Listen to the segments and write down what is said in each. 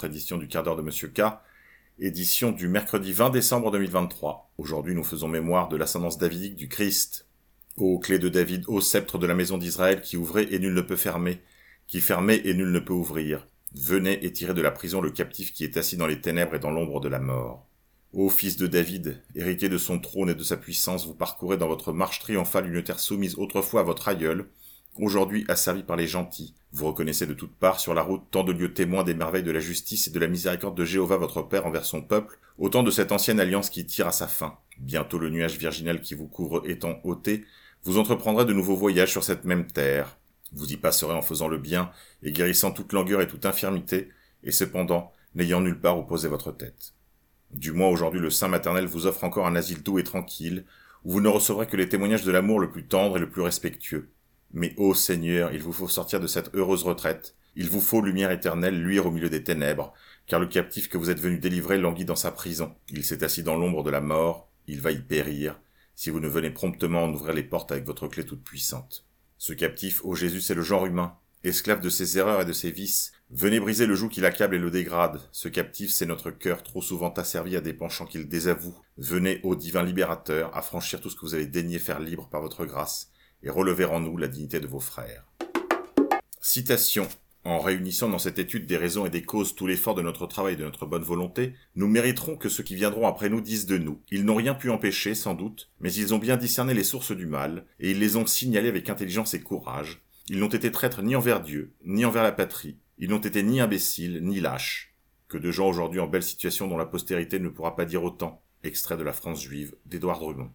édition du quart d'heure de Monsieur K, édition du mercredi 20 décembre 2023. Aujourd'hui, nous faisons mémoire de l'ascendance davidique du Christ. Ô clé de David, ô sceptre de la maison d'Israël, qui ouvrez et nul ne peut fermer, qui fermez et nul ne peut ouvrir. Venez et tirez de la prison le captif qui est assis dans les ténèbres et dans l'ombre de la mort. Ô fils de David, héritier de son trône et de sa puissance, vous parcourez dans votre marche triomphale une terre soumise autrefois à votre aïeul, aujourd'hui asservie par les gentils. Vous reconnaissez de toutes parts sur la route tant de lieux témoins des merveilles de la justice et de la miséricorde de Jéhovah votre Père envers son peuple, autant de cette ancienne alliance qui tire à sa fin. Bientôt le nuage virginal qui vous couvre étant ôté, vous entreprendrez de nouveaux voyages sur cette même terre. Vous y passerez en faisant le bien et guérissant toute langueur et toute infirmité, et cependant, n'ayant nulle part où poser votre tête. Du moins aujourd'hui le Saint maternel vous offre encore un asile doux et tranquille, où vous ne recevrez que les témoignages de l'amour le plus tendre et le plus respectueux. Mais ô Seigneur, il vous faut sortir de cette heureuse retraite, il vous faut, lumière éternelle, luire au milieu des ténèbres, car le captif que vous êtes venu délivrer languit dans sa prison. Il s'est assis dans l'ombre de la mort, il va y périr, si vous ne venez promptement en ouvrir les portes avec votre clé toute puissante. Ce captif, ô Jésus, c'est le genre humain, esclave de ses erreurs et de ses vices. Venez briser le joug qui l'accable et le dégrade. Ce captif, c'est notre cœur, trop souvent asservi à des penchants qu'il désavoue. Venez, ô divin libérateur, affranchir tout ce que vous avez daigné faire libre par votre grâce, et relever en nous la dignité de vos frères. Citation. En réunissant dans cette étude des raisons et des causes tout l'effort de notre travail et de notre bonne volonté, nous mériterons que ceux qui viendront après nous disent de nous. Ils n'ont rien pu empêcher, sans doute, mais ils ont bien discerné les sources du mal, et ils les ont signalées avec intelligence et courage. Ils n'ont été traîtres ni envers Dieu, ni envers la patrie. Ils n'ont été ni imbéciles, ni lâches. Que de gens aujourd'hui en belle situation dont la postérité ne pourra pas dire autant. Extrait de La France juive, d'Édouard Drummond.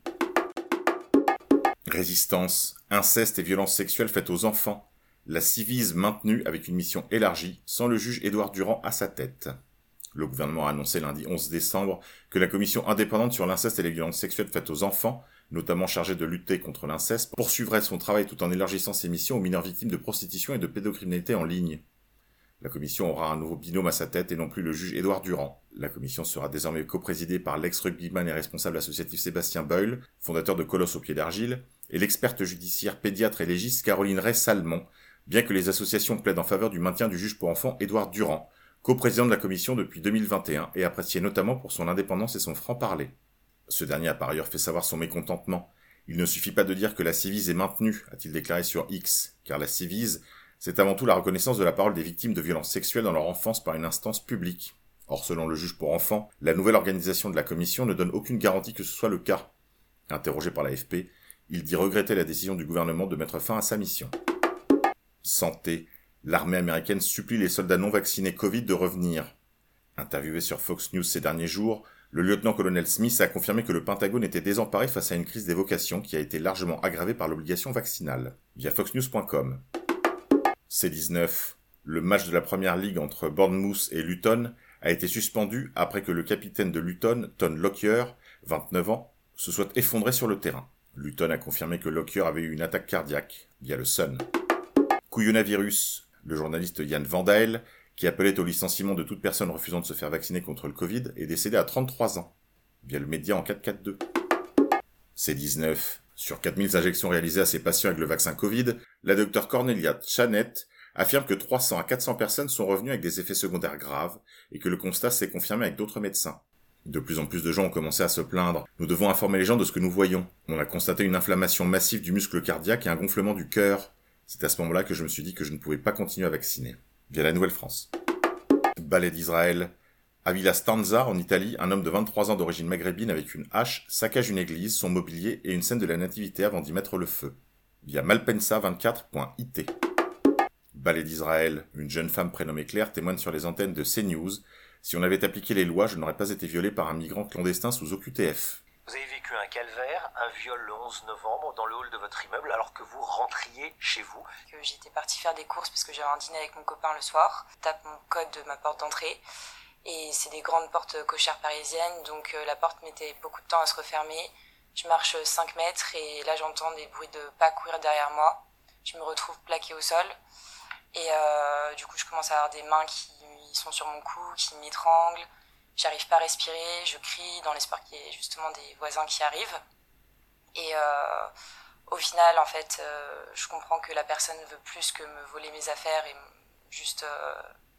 Résistance, inceste et violences sexuelles faites aux enfants. La Civise maintenue avec une mission élargie, sans le juge Édouard Durand à sa tête. Le gouvernement a annoncé lundi 11 décembre que la commission indépendante sur l'inceste et les violences sexuelles faites aux enfants, notamment chargée de lutter contre l'inceste, poursuivrait son travail tout en élargissant ses missions aux mineurs victimes de prostitution et de pédocriminalité en ligne. La commission aura un nouveau binôme à sa tête et non plus le juge Édouard Durand. La commission sera désormais coprésidée par l'ex-rugbyman et responsable associatif Sébastien Beul, fondateur de Colosse au pied d'argile, et l'experte judiciaire, pédiatre et légiste Caroline Ray-Salmon, bien que les associations plaident en faveur du maintien du juge pour enfants Édouard Durand, coprésident de la commission depuis 2021 et apprécié notamment pour son indépendance et son franc-parler. Ce dernier a par ailleurs fait savoir son mécontentement. Il ne suffit pas de dire que la Civise est maintenue, a-t-il déclaré sur X, car la Civise, c'est avant tout la reconnaissance de la parole des victimes de violences sexuelles dans leur enfance par une instance publique. Or, selon le juge pour enfants, la nouvelle organisation de la commission ne donne aucune garantie que ce soit le cas. Interrogé par l'AFP, il dit regretter la décision du gouvernement de mettre fin à sa mission. Santé. L'armée américaine supplie les soldats non vaccinés Covid de revenir. Interviewé sur Fox News ces derniers jours, le lieutenant-colonel Smith a confirmé que le Pentagone était désemparé face à une crise des vocations qui a été largement aggravée par l'obligation vaccinale. Via foxnews.com. C19. Le match de la première ligue entre Bournemouth et Luton a été suspendu après que le capitaine de Luton, Ton Lockyer, 29 ans, se soit effondré sur le terrain. Luton a confirmé que Lockyer avait eu une attaque cardiaque, via le Sun. Couillonavirus. Le journaliste Yann Vandael, qui appelait au licenciement de toute personne refusant de se faire vacciner contre le Covid, est décédé à 33 ans, via le média en 442. C19. Sur 4000 injections réalisées à ces patients avec le vaccin Covid, la docteure Cornelia Chanette affirme que 300 à 400 personnes sont revenues avec des effets secondaires graves et que le constat s'est confirmé avec d'autres médecins. De plus en plus de gens ont commencé à se plaindre. Nous devons informer les gens de ce que nous voyons. On a constaté une inflammation massive du muscle cardiaque et un gonflement du cœur. C'est à ce moment-là que je me suis dit que je ne pouvais pas continuer à vacciner. Via la Nouvelle-France. Ballet d'Israël. À Villa Stanza, en Italie, un homme de 23 ans d'origine maghrébine avec une hache saccage une église, son mobilier et une scène de la nativité avant d'y mettre le feu. Via malpensa24.it. Ballet d'Israël. Une jeune femme prénommée Claire témoigne sur les antennes de CNews. Si on avait appliqué les lois, je n'aurais pas été violée par un migrant clandestin sous OQTF. Vous avez vécu un calvaire, un viol le 11 novembre dans le hall de votre immeuble alors que vous rentriez chez vous. J'étais partie faire des courses parce que j'avais un dîner avec mon copain le soir. Je tape mon code de ma porte d'entrée et c'est des grandes portes cochères parisiennes, donc la porte mettait beaucoup de temps à se refermer. Je marche 5 mètres et là j'entends des bruits de pas courir derrière moi. Je me retrouve plaquée au sol et du coup je commence à avoir des mains qui sont sur mon cou, qui m'étranglent. J'arrive pas à respirer, je crie dans l'espoir qu'il y ait justement des voisins qui arrivent. Et au final, en fait, je comprends que la personne veut plus que me voler mes affaires et juste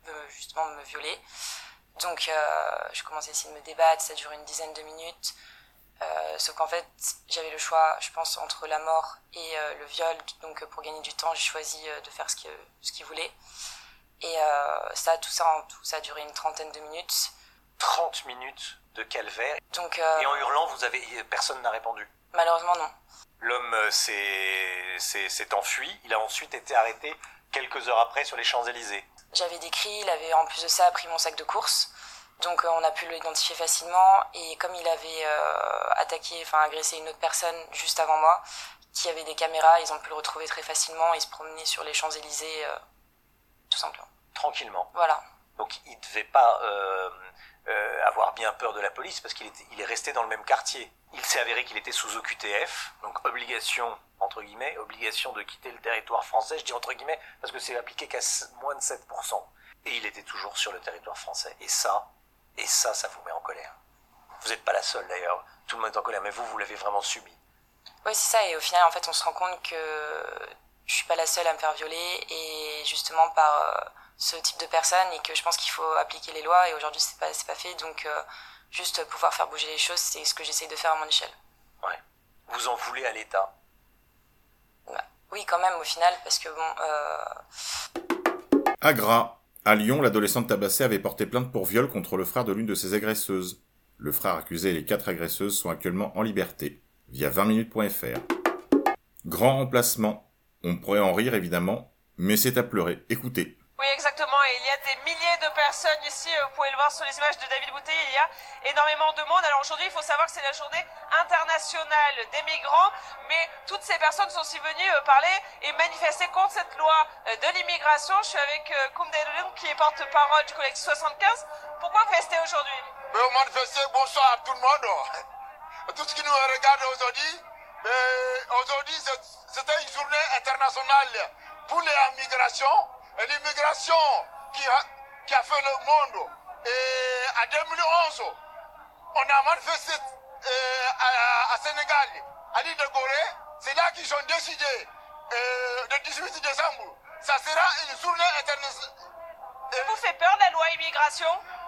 justement me violer. Donc je commence à essayer de me débattre, ça dure une dizaine de minutes. Sauf qu'en fait, j'avais le choix, je pense, entre la mort et le viol. Donc pour gagner du temps, j'ai choisi de faire ce qu'il voulait. Et tout ça a duré une trentaine de minutes. 30 minutes de calvaire. Donc, et en hurlant, personne n'a répondu? Malheureusement, non. L'homme s'est enfui. Il a ensuite été arrêté quelques heures après sur les Champs-Élysées. J'avais des cris, il avait en plus de ça pris mon sac de course. Donc on a pu l'identifier facilement. Et comme il avait agressé une autre personne juste avant moi, qui avait des caméras, ils ont pu le retrouver très facilement. Il se promenait sur les Champs-Élysées, tout simplement. Tranquillement. Voilà. Donc il ne devait pas avoir bien peur de la police parce qu'il est resté dans le même quartier. Il s'est avéré qu'il était sous OQTF, donc obligation, entre guillemets, obligation de quitter le territoire français. Je dis entre guillemets parce que c'est appliqué qu'à moins de 7%. Et il était toujours sur le territoire français. Et ça vous met en colère. Vous n'êtes pas la seule d'ailleurs, tout le monde est en colère, mais vous l'avez vraiment subi. Oui, c'est ça, et au final, en fait, on se rend compte que je suis pas la seule à me faire violer, et justement par ce type de personne, et que je pense qu'il faut appliquer les lois, et aujourd'hui c'est pas fait, donc juste pouvoir faire bouger les choses, c'est ce que j'essaye de faire à mon échelle. Ouais. Vous en voulez à l'État? Oui, quand même, au final, parce que À Gras, à Lyon, l'adolescente tabassée avait porté plainte pour viol contre le frère de l'une de ses agresseuses. Le frère accusé et les 4 agresseuses sont actuellement en liberté, via 20minutes.fr. Grand remplacement. On pourrait en rire évidemment, mais c'est à pleurer. Écoutez. Oui, exactement. Et il y a des milliers de personnes ici. Vous pouvez le voir sur les images de David Boutet. Il y a énormément de monde. Alors aujourd'hui, il faut savoir que c'est la journée internationale des migrants. Mais toutes ces personnes sont aussi venues parler et manifester contre cette loi de l'immigration. Je suis avec Koum Dedoulin, qui est porte-parole du collectif 75. Pourquoi vous restez aujourd'hui? Manifester, bonsoir à tout le monde. Tout ce qui nous regarde aujourd'hui. Aujourd'hui, c'était une journée internationale pour les migrations. Et l'immigration qui a fait le monde. Et en 2011, on a manifesté à Sénégal, à l'île de Gorée. C'est là qu'ils ont décidé, le 18 décembre, ça sera une journée internationale. Vous fait peur la loi immigration?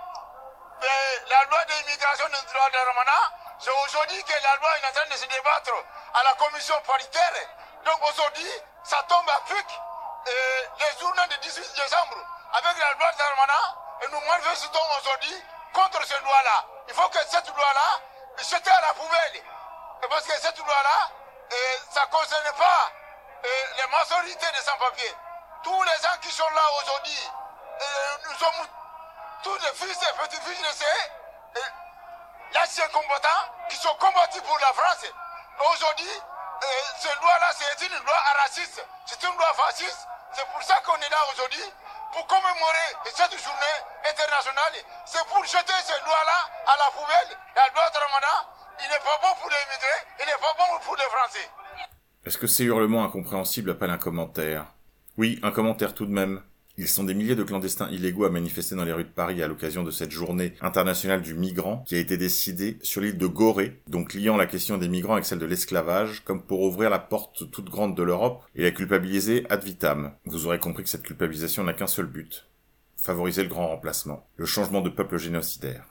La loi d'immigration de droit de Ramana, c'est aujourd'hui que la loi est en train de se débattre à la commission paritaire. Donc aujourd'hui, ça tombe à pic. Les journées du 18 décembre, avec la loi de Ramana, et nous manifestons aujourd'hui contre cette loi-là. Il faut que cette loi-là soit jetée à la poubelle. Parce que cette loi-là, ça ne concerne pas les majorités des sans-papiers. Tous les gens qui sont là aujourd'hui, nous sommes tous les fils et petits-fils de ces l'ancien combattants qui sont combattus pour la France. Aujourd'hui, cette loi-là, c'est une loi raciste, c'est une loi fasciste. C'est pour ça qu'on est là aujourd'hui, pour commémorer cette journée internationale. C'est pour jeter cette loi-là à la poubelle. La loi de Ramana, il n'est pas bon pour les immigrés, il n'est pas bon pour les Français. Est-ce que ces hurlements incompréhensibles appellent un commentaire? Oui, un commentaire tout de même. Ils sont des milliers de clandestins illégaux à manifester dans les rues de Paris à l'occasion de cette journée internationale du migrant qui a été décidée sur l'île de Gorée, donc liant la question des migrants avec celle de l'esclavage, comme pour ouvrir la porte toute grande de l'Europe et la culpabiliser ad vitam. Vous aurez compris que cette culpabilisation n'a qu'un seul but. Favoriser le grand remplacement. Le changement de peuple génocidaire.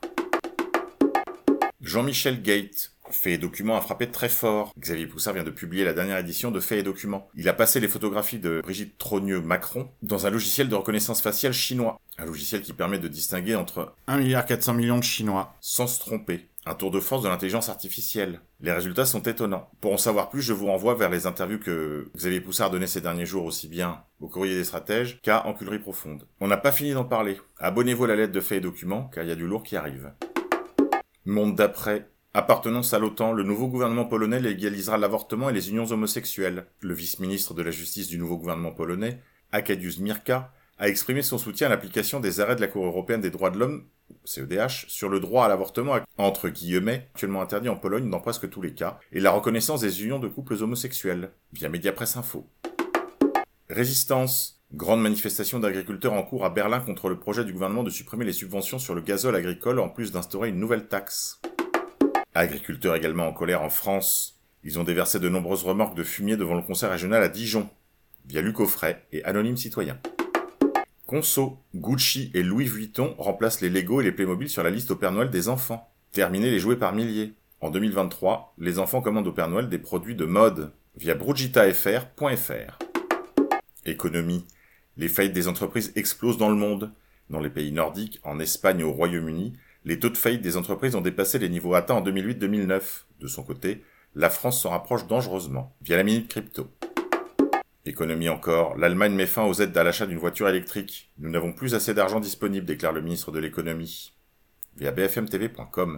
Jean-Michel Gate. Faits et documents a frappé très fort. Xavier Poussard vient de publier la dernière édition de Faits et documents. Il a passé les photographies de Brigitte Trogneux-Macron dans un logiciel de reconnaissance faciale chinois. Un logiciel qui permet de distinguer entre 1,4 milliard de Chinois, sans se tromper. Un tour de force de l'intelligence artificielle. Les résultats sont étonnants. Pour en savoir plus, je vous renvoie vers les interviews que Xavier Poussard donnait ces derniers jours aussi bien au Courrier des Stratèges qu'à Enculerie Profonde. On n'a pas fini d'en parler. Abonnez-vous à la lettre de Faits et documents, car il y a du lourd qui arrive. Monde d'après. Appartenance à l'OTAN, le nouveau gouvernement polonais légalisera l'avortement et les unions homosexuelles. Le vice-ministre de la Justice du nouveau gouvernement polonais, Arkadiusz Mirka, a exprimé son soutien à l'application des arrêts de la Cour européenne des droits de l'homme, CEDH, sur le droit à l'avortement, entre guillemets, actuellement interdit en Pologne dans presque tous les cas, et la reconnaissance des unions de couples homosexuels, via Mediapresse Info. Résistance. Grande manifestation d'agriculteurs en cours à Berlin contre le projet du gouvernement de supprimer les subventions sur le gazole agricole en plus d'instaurer une nouvelle taxe. Agriculteurs également en colère en France. Ils ont déversé de nombreuses remorques de fumier devant le concert régional à Dijon, via Luc Offray et Anonyme Citoyen. Conso, Gucci et Louis Vuitton remplacent les Lego et les Playmobil sur la liste au Père Noël des enfants. Terminez les jouets par milliers. En 2023, les enfants commandent au Père Noël des produits de mode via brugitafr.fr. Économie. Les faillites des entreprises explosent dans le monde. Dans les pays nordiques, en Espagne et au Royaume-Uni, les taux de faillite des entreprises ont dépassé les niveaux atteints en 2008-2009. De son côté, la France s'en rapproche dangereusement, via la Minute Crypto. Économie encore, l'Allemagne met fin aux aides à l'achat d'une voiture électrique. Nous n'avons plus assez d'argent disponible, déclare le ministre de l'économie. Via bfmtv.com.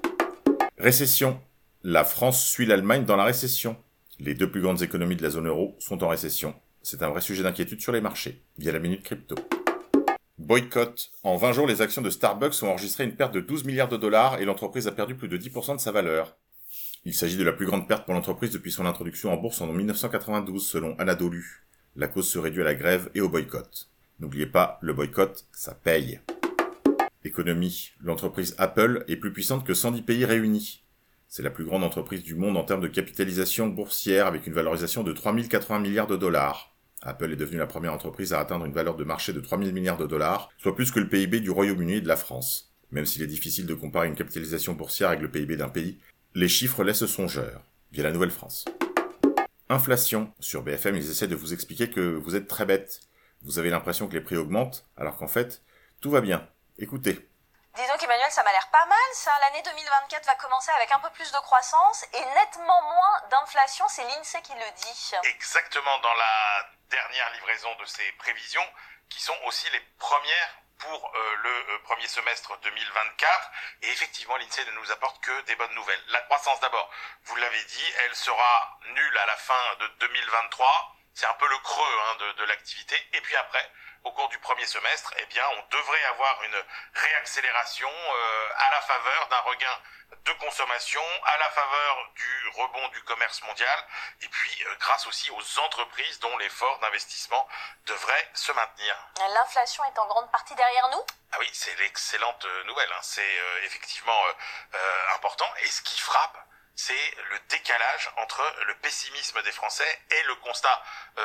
Récession. La France suit l'Allemagne dans la récession. Les deux plus grandes économies de la zone euro sont en récession. C'est un vrai sujet d'inquiétude sur les marchés, via la Minute Crypto. Boycott. En 20 jours, les actions de Starbucks ont enregistré une perte de 12 milliards de dollars et l'entreprise a perdu plus de 10% de sa valeur. Il s'agit de la plus grande perte pour l'entreprise depuis son introduction en bourse en 1992, selon Anadolu. La cause se réduit à la grève et au boycott. N'oubliez pas, le boycott, ça paye. Économie. L'entreprise Apple est plus puissante que 110 pays réunis. C'est la plus grande entreprise du monde en termes de capitalisation boursière avec une valorisation de 3080 milliards de dollars. Apple est devenue la première entreprise à atteindre une valeur de marché de 3000 milliards de dollars, soit plus que le PIB du Royaume-Uni et de la France. Même s'il est difficile de comparer une capitalisation boursière avec le PIB d'un pays, les chiffres laissent songeur, via la Nouvelle-France. Inflation. Sur BFM, ils essaient de vous expliquer que vous êtes très bête. Vous avez l'impression que les prix augmentent, alors qu'en fait, tout va bien. Écoutez. Dis donc Emmanuel, ça m'a l'air pas mal ça. L'année 2024 va commencer avec un peu plus de croissance et nettement moins d'inflation, c'est l'INSEE qui le dit. Exactement, dans la dernière livraison de ces prévisions, qui sont aussi les premières pour le premier semestre 2024. Et effectivement, l'INSEE ne nous apporte que des bonnes nouvelles. La croissance d'abord, vous l'avez dit, elle sera nulle à la fin de 2023. C'est un peu le creux de l'activité. Et puis après, au cours du premier semestre, eh bien, on devrait avoir une réaccélération à la faveur d'un regain de consommation, à la faveur du rebond du commerce mondial, et puis grâce aussi aux entreprises dont l'effort d'investissement devrait se maintenir. L'inflation est en grande partie derrière nous ? Ah oui, c'est l'excellente nouvelle. C'est effectivement important. Et ce qui frappe, c'est le décalage entre le pessimisme des Français et le constat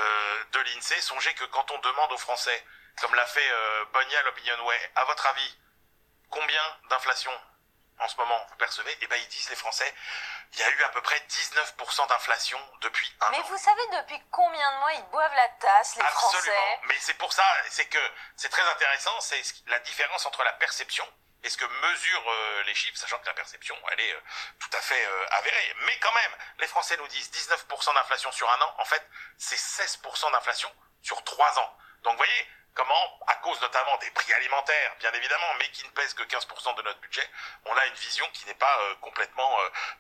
de l'INSEE. Songez que quand on demande aux Français, comme l'a fait Bonia l'Opinionway, à votre avis, combien d'inflation en ce moment vous percevez, eh ben ils disent les Français, il y a eu à peu près 19% d'inflation depuis un an. Mais vous savez depuis combien de mois ils boivent la tasse, les Absolument. Français ? Mais c'est pour ça, c'est que c'est très intéressant, c'est la différence entre la perception et ce que mesurent les chiffres, sachant que la perception, elle est tout à fait avérée. Mais quand même, les Français nous disent 19% d'inflation sur un an, en fait, c'est 16% d'inflation sur 3 ans. Donc vous voyez comment, à cause notamment des prix alimentaires, bien évidemment, mais qui ne pèsent que 15% de notre budget, on a une vision qui n'est pas complètement...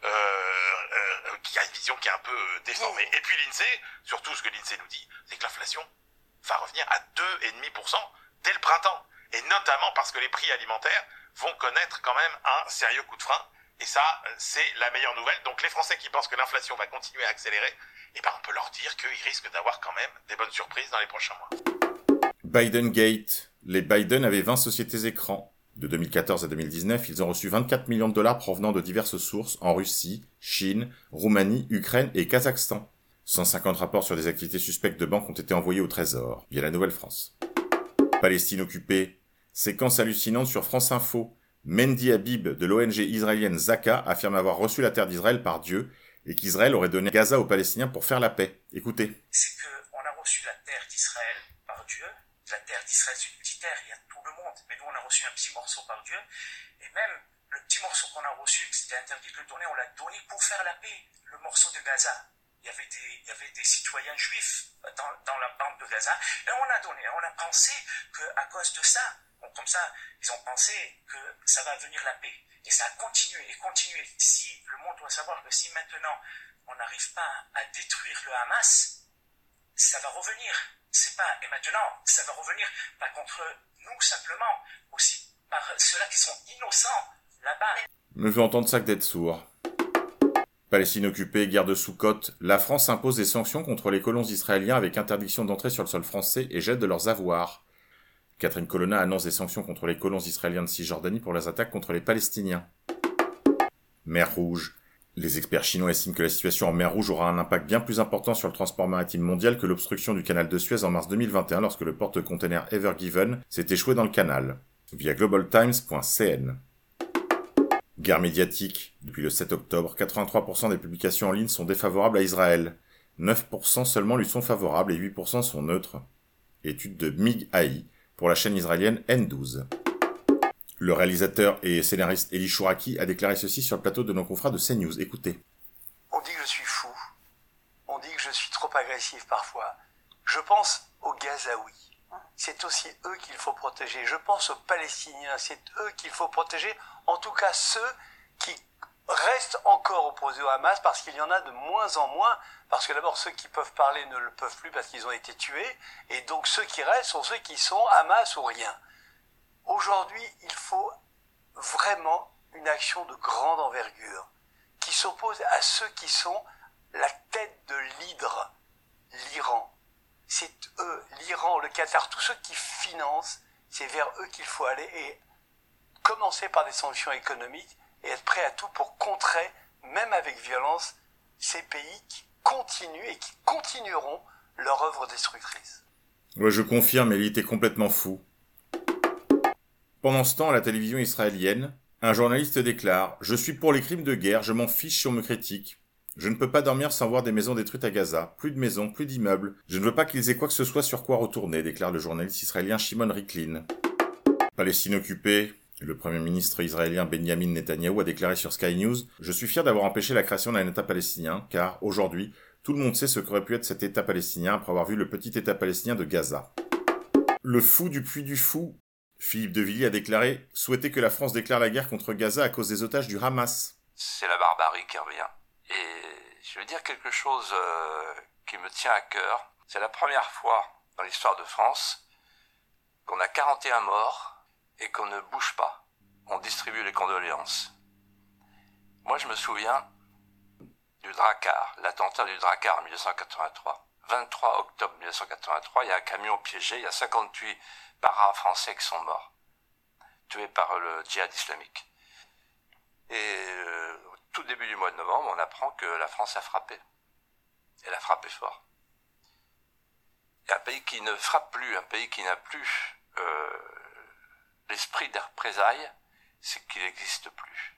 qui a une vision qui est un peu déformée. Et puis l'INSEE, surtout ce que l'INSEE nous dit, c'est que l'inflation va revenir à 2,5% dès le printemps. Et notamment parce que les prix alimentaires vont connaître quand même un sérieux coup de frein. Et ça, c'est la meilleure nouvelle. Donc les Français qui pensent que l'inflation va continuer à accélérer, eh ben on peut leur dire qu'ils risquent d'avoir quand même des bonnes surprises dans les prochains mois. Biden Gate. Les Biden avaient 20 sociétés écrans. De 2014 à 2019, ils ont reçu 24 millions de dollars provenant de diverses sources en Russie, Chine, Roumanie, Ukraine et Kazakhstan. 150 rapports sur des activités suspectes de banques ont été envoyés au Trésor, via la Nouvelle-France. Palestine occupée. Séquence hallucinante sur France Info. Mendy Habib de l'ONG israélienne Zaka affirme avoir reçu la terre d'Israël par Dieu et qu'Israël aurait donné Gaza aux Palestiniens pour faire la paix. Écoutez. C'est qu'on a reçu la terre d'Israël par Dieu. La terre d'Israël, c'est une petite terre, il y a tout le monde. Mais nous, on a reçu un petit morceau par Dieu. Et même le petit morceau qu'on a reçu, que c'était interdit de le donner, on l'a donné pour faire la paix. Le morceau de Gaza. Il y avait des citoyens juifs dans la bande de Gaza. Et on l'a donné. On a pensé qu'à cause de ça, comme ça, ils ont pensé que ça va venir la paix. Et ça a continué et continué. Si le monde doit savoir que si maintenant on n'arrive pas à détruire le Hamas, ça va revenir. Et maintenant, ça va revenir pas contre nous simplement, aussi par ceux-là qui sont innocents là-bas. Me veut entendre ça que d'être sourd. Palestine occupée, guerre de Soukot, la France impose des sanctions contre les colons israéliens avec interdiction d'entrer sur le sol français et gel de leurs avoirs. Catherine Colonna annonce des sanctions contre les colons israéliens de Cisjordanie pour leurs attaques contre les Palestiniens. Mer Rouge. Les experts chinois estiment que la situation en mer Rouge aura un impact bien plus important sur le transport maritime mondial que l'obstruction du canal de Suez en mars 2021 lorsque le porte-container Ever Given s'est échoué dans le canal. Via globaltimes.cn. Guerre médiatique. Depuis le 7 octobre, 83% des publications en ligne sont défavorables à Israël. 9% seulement lui sont favorables et 8% sont neutres. Étude de Mig AI pour la chaîne israélienne N12. Le réalisateur et scénariste Eli Chouraki a déclaré ceci sur le plateau de nos confrères de CNews. Écoutez. On dit que je suis fou. On dit que je suis trop agressif parfois. Je pense aux Gazaouis. C'est aussi eux qu'il faut protéger. Je pense aux Palestiniens. C'est eux qu'il faut protéger. En tout cas, ceux qui restent encore opposés au Hamas, parce qu'il y en a de moins en moins. Parce que d'abord, ceux qui peuvent parler ne le peuvent plus parce qu'ils ont été tués. Et donc, ceux qui restent sont ceux qui sont Hamas ou rien. Aujourd'hui, il faut vraiment une action de grande envergure qui s'oppose à ceux qui sont la tête de l'hydre, l'Iran. C'est eux, l'Iran, le Qatar, tous ceux qui financent, c'est vers eux qu'il faut aller et commencer par des sanctions économiques et être prêt à tout pour contrer, même avec violence, ces pays qui continuent et qui continueront leur œuvre destructrice. Ouais, je confirme, Eli était complètement fou. Pendant ce temps, à la télévision israélienne, un journaliste déclare « Je suis pour les crimes de guerre, je m'en fiche si on me critique. Je ne peux pas dormir sans voir des maisons détruites à Gaza. Plus de maisons, plus d'immeubles. Je ne veux pas qu'ils aient quoi que ce soit sur quoi retourner », déclare le journaliste israélien Shimon Riklin. Palestine occupée, le premier ministre israélien Benjamin Netanyahou a déclaré sur Sky News « Je suis fier d'avoir empêché la création d'un État palestinien, car, aujourd'hui, tout le monde sait ce qu'aurait pu être cet État palestinien après avoir vu le petit État palestinien de Gaza. » Le fou du puits du fou, Philippe de Villiers a déclaré souhaiter que la France déclare la guerre contre Gaza à cause des otages du Hamas. C'est la barbarie qui revient. Et je veux dire quelque chose qui me tient à cœur. C'est la première fois dans l'histoire de France qu'on a 41 morts et qu'on ne bouge pas. On distribue les condoléances. Moi, je me souviens du Drakkar, l'attentat du Drakkar en 1983. 23 octobre 1983, il y a un camion piégé, il y a 58 para-français qui sont morts, tués par le djihad islamique. Et au tout début du mois de novembre, on apprend que la France a frappé. Elle a frappé fort. Et un pays qui ne frappe plus, un pays qui n'a plus l'esprit des représailles, c'est qu'il n'existe plus.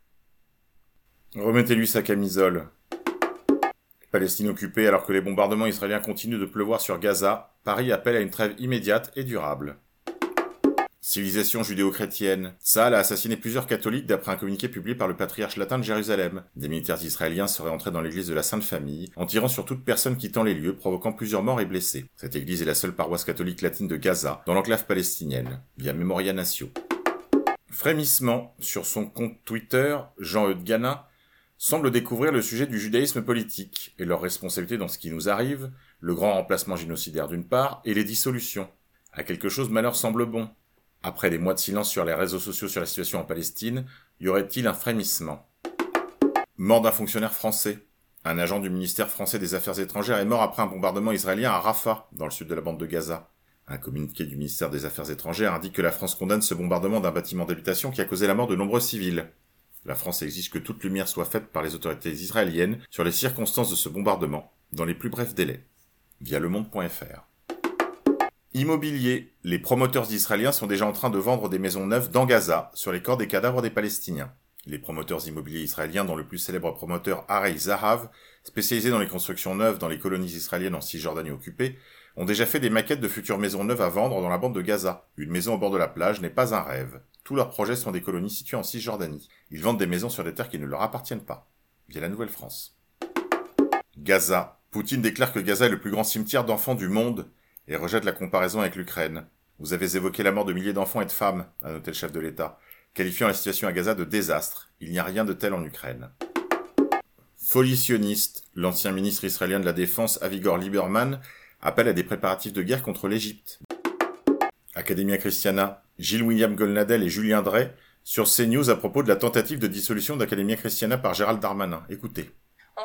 Remettez-lui sa camisole. Palestine occupée alors que les bombardements israéliens continuent de pleuvoir sur Gaza, Paris appelle à une trêve immédiate et durable. Civilisation judéo-chrétienne. Tsahal a assassiné plusieurs catholiques d'après un communiqué publié par le patriarche latin de Jérusalem. Des militaires israéliens seraient entrés dans l'église de la Sainte Famille, en tirant sur toute personne quittant les lieux, provoquant plusieurs morts et blessés. Cette église est la seule paroisse catholique latine de Gaza, dans l'enclave palestinienne, via Memoria Nation. Frémissement. Sur son compte Twitter, Jean-Eudes Gana semble découvrir le sujet du judaïsme politique et leur responsabilité dans ce qui nous arrive, le grand remplacement génocidaire d'une part, et les dissolutions. À quelque chose malheur semble bon. Après des mois de silence sur les réseaux sociaux sur la situation en Palestine, y aurait-il un frémissement ? Mort d'un fonctionnaire français. Un agent du ministère français des Affaires étrangères est mort après un bombardement israélien à Rafah, dans le sud de la bande de Gaza. Un communiqué du ministère des Affaires étrangères indique que la France condamne ce bombardement d'un bâtiment d'habitation qui a causé la mort de nombreux civils. La France exige que toute lumière soit faite par les autorités israéliennes sur les circonstances de ce bombardement, dans les plus brefs délais. Via lemonde.fr. Immobilier. Les promoteurs israéliens sont déjà en train de vendre des maisons neuves dans Gaza, sur les corps des cadavres des Palestiniens. Les promoteurs immobiliers israéliens, dont le plus célèbre promoteur Harei Zahav, spécialisé dans les constructions neuves dans les colonies israéliennes en Cisjordanie occupée, ont déjà fait des maquettes de futures maisons neuves à vendre dans la bande de Gaza. Une maison au bord de la plage n'est pas un rêve. Tous leurs projets sont des colonies situées en Cisjordanie. Ils vendent des maisons sur des terres qui ne leur appartiennent pas. Via la Nouvelle-France. Gaza. Poutine déclare que Gaza est le plus grand cimetière d'enfants du monde et rejette la comparaison avec l'Ukraine. Vous avez évoqué la mort de milliers d'enfants et de femmes, a noté le chef de l'État, qualifiant la situation à Gaza de désastre. Il n'y a rien de tel en Ukraine. Folie sioniste. L'ancien ministre israélien de la Défense, Avigdor Lieberman, appelle à des préparatifs de guerre contre l'Égypte. Academia Christiana. Gilles William Golnadel et Julien Drey sur CNews à propos de la tentative de dissolution d'Academia Christiana par Gérald Darmanin. Écoutez. On va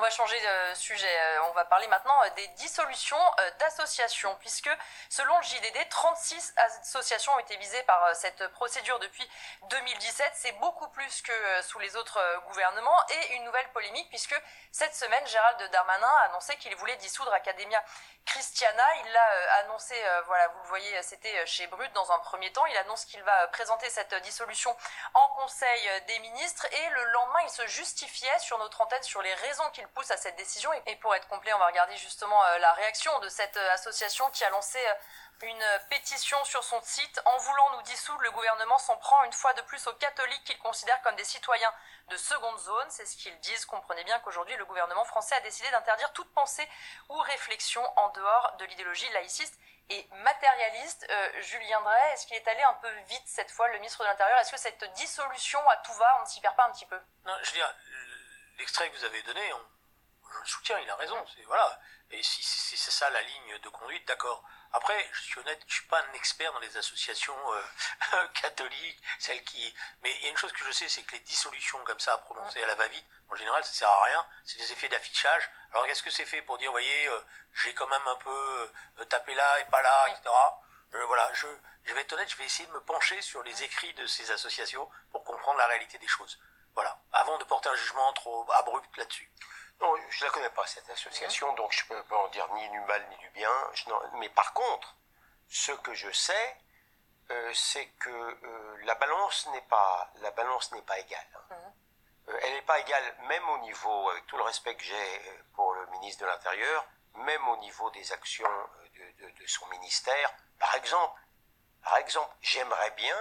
va changer de sujet. On va parler maintenant des dissolutions d'associations, puisque selon le JDD, 36 associations ont été visées par cette procédure depuis 2017. C'est beaucoup plus que sous les autres gouvernements. Et une nouvelle polémique, puisque cette semaine, Gérald Darmanin a annoncé qu'il voulait dissoudre Academia Christiana. Il l'a annoncé, voilà, vous le voyez, c'était chez Brut dans un premier temps. Il annonce qu'il va présenter cette dissolution en Conseil des ministres. Et le lendemain, il se justifiait sur notre antenne sur les raisons qu'il pousse à cette décision. Et pour être complet, on va regarder justement la réaction de cette association qui a lancé une pétition sur son site. En voulant nous dissoudre, le gouvernement s'en prend une fois de plus aux catholiques qu'il considère comme des citoyens de seconde zone. C'est ce qu'ils disent. Comprenez bien qu'aujourd'hui, le gouvernement français a décidé d'interdire toute pensée ou réflexion en dehors de l'idéologie laïciste et matérialiste. Julien Drey, est-ce qu'il est allé un peu vite cette fois, le ministre de l'Intérieur? Est-ce que cette dissolution à tout va, on ne s'y perd pas un petit peu? Non, je veux dire, l'extrait que vous avez donné, je le soutiens, il a raison. Voilà. Et si c'est ça la ligne de conduite, d'accord. Après, je suis honnête, je suis pas un expert dans les associations catholiques, mais il y a une chose que je sais, c'est que les dissolutions comme ça, prononcées à la va-vite, en général, ça sert à rien. C'est des effets d'affichage. Alors, qu'est-ce que c'est fait pour dire, vous voyez, j'ai quand même un peu tapé là et pas là, etc. Voilà, je vais être honnête, je vais essayer de me pencher sur les écrits de ces associations pour comprendre la réalité des choses. Voilà, avant de porter un jugement trop abrupt là-dessus. Non, je la connais pas, cette association, donc je peux pas en dire ni du mal ni du bien. Mais par contre, ce que je sais, c'est que la balance n'est pas égale. Elle n'est pas égale même au niveau, avec tout le respect que j'ai pour le ministre de l'Intérieur, même au niveau des actions de son ministère. Par exemple, j'aimerais bien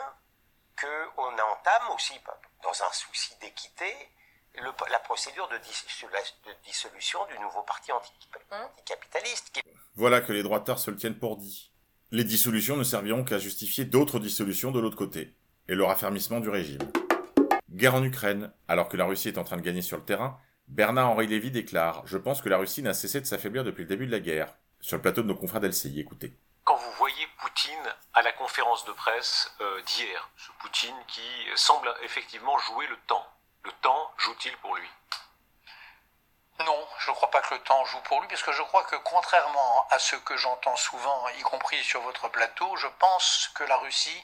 qu'on entame aussi, dans un souci d'équité, la procédure de dissolution du nouveau parti anticapitaliste. Voilà que les droitards se le tiennent pour dit. Les dissolutions ne serviront qu'à justifier d'autres dissolutions de l'autre côté, et le raffermissement du régime. Guerre en Ukraine. Alors que la Russie est en train de gagner sur le terrain, Bernard-Henri Lévy déclare « Je pense que la Russie n'a cessé de s'affaiblir depuis le début de la guerre ». Sur le plateau de nos confrères d'LCI, écoutez. Quand vous voyez Poutine à la conférence de presse d'hier, ce Poutine qui semble effectivement jouer le temps joue-t-il pour lui? Non, je ne crois pas que le temps joue pour lui, parce que je crois que contrairement à ce que j'entends souvent, y compris sur votre plateau, je pense que la Russie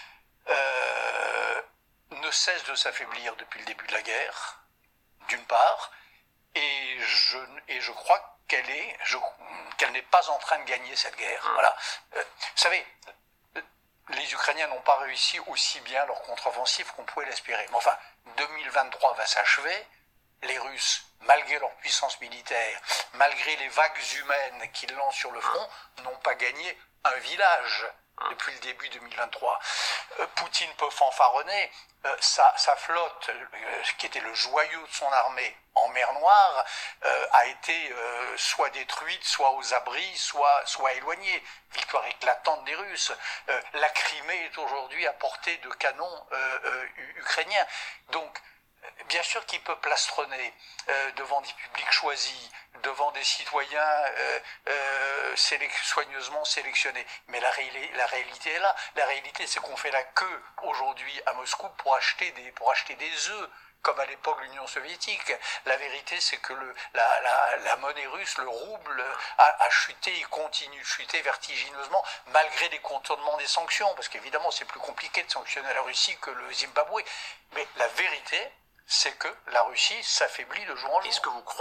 ne cesse de s'affaiblir depuis le début de la guerre, d'une part, et je crois qu'elle n'est pas en train de gagner cette guerre. Voilà. Vous savez, les Ukrainiens n'ont pas réussi aussi bien leur contre-offensive qu'on pouvait l'espérer. Mais enfin, 2023 va s'achever. Les Russes, malgré leur puissance militaire, malgré les vagues humaines qu'ils lancent sur le front, n'ont pas gagné un village depuis le début 2023. Poutine peut fanfaronner. Sa flotte, qui était le joyau de son armée en mer Noire, a été soit détruite, soit aux abris, soit éloignée. Victoire éclatante des Russes. La Crimée est aujourd'hui à portée de canons ukrainiens. Donc, bien sûr qu'il peut plastronner devant des publics choisis, devant des citoyens soigneusement sélectionnés. Mais la réalité est là. La réalité, c'est qu'on fait la queue aujourd'hui à Moscou pour acheter des œufs, comme à l'époque l'Union soviétique. La vérité, c'est que la monnaie russe, le rouble, a chuté et continue de chuter vertigineusement, malgré les contournements des sanctions, parce qu'évidemment, c'est plus compliqué de sanctionner la Russie que le Zimbabwe. Mais la vérité, c'est que la Russie s'affaiblit de jour en jour. Est-ce que vous croyez...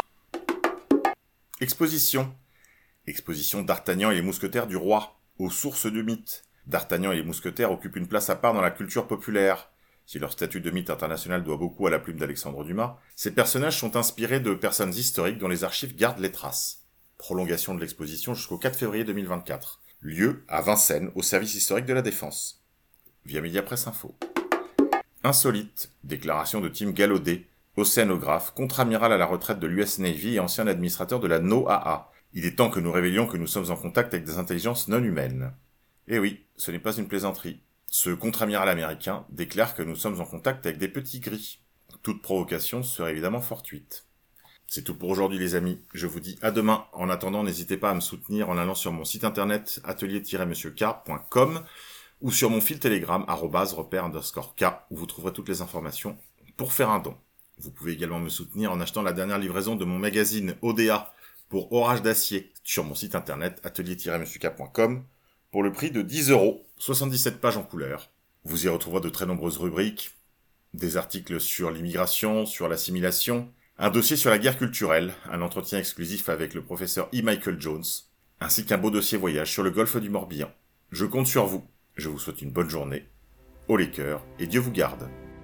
Exposition d'Artagnan et les mousquetaires du roi, aux sources du mythe. D'Artagnan et les mousquetaires occupent une place à part dans la culture populaire. Si leur statut de mythe international doit beaucoup à la plume d'Alexandre Dumas, ces personnages sont inspirés de personnes historiques dont les archives gardent les traces. Prolongation de l'exposition jusqu'au 4 février 2024. Lieu à Vincennes, au service historique de la Défense. Via Mediapresse Info. Insolite, déclaration de Tim Gallaudet, océanographe, contre-amiral à la retraite de l'US Navy et ancien administrateur de la NOAA. Il est temps que nous révélions que nous sommes en contact avec des intelligences non humaines. Eh oui, ce n'est pas une plaisanterie. Ce contre-amiral américain déclare que nous sommes en contact avec des petits gris. Toute provocation serait évidemment fortuite. C'est tout pour aujourd'hui les amis, je vous dis à demain. En attendant, n'hésitez pas à me soutenir en allant sur mon site internet atelier-monsieurk.com ou sur mon fil Telegram @repère_k où vous trouverez toutes les informations pour faire un don. Vous pouvez également me soutenir en achetant la dernière livraison de mon magazine ODA pour Orage d'acier sur mon site internet atelier-msuka.com pour le prix de 10€, 77 pages en couleur. Vous y retrouverez de très nombreuses rubriques, des articles sur l'immigration, sur l'assimilation, un dossier sur la guerre culturelle, un entretien exclusif avec le professeur E. Michael Jones, ainsi qu'un beau dossier voyage sur le golfe du Morbihan. Je compte sur vous. Je vous souhaite une bonne journée. Haut les cœurs et Dieu vous garde.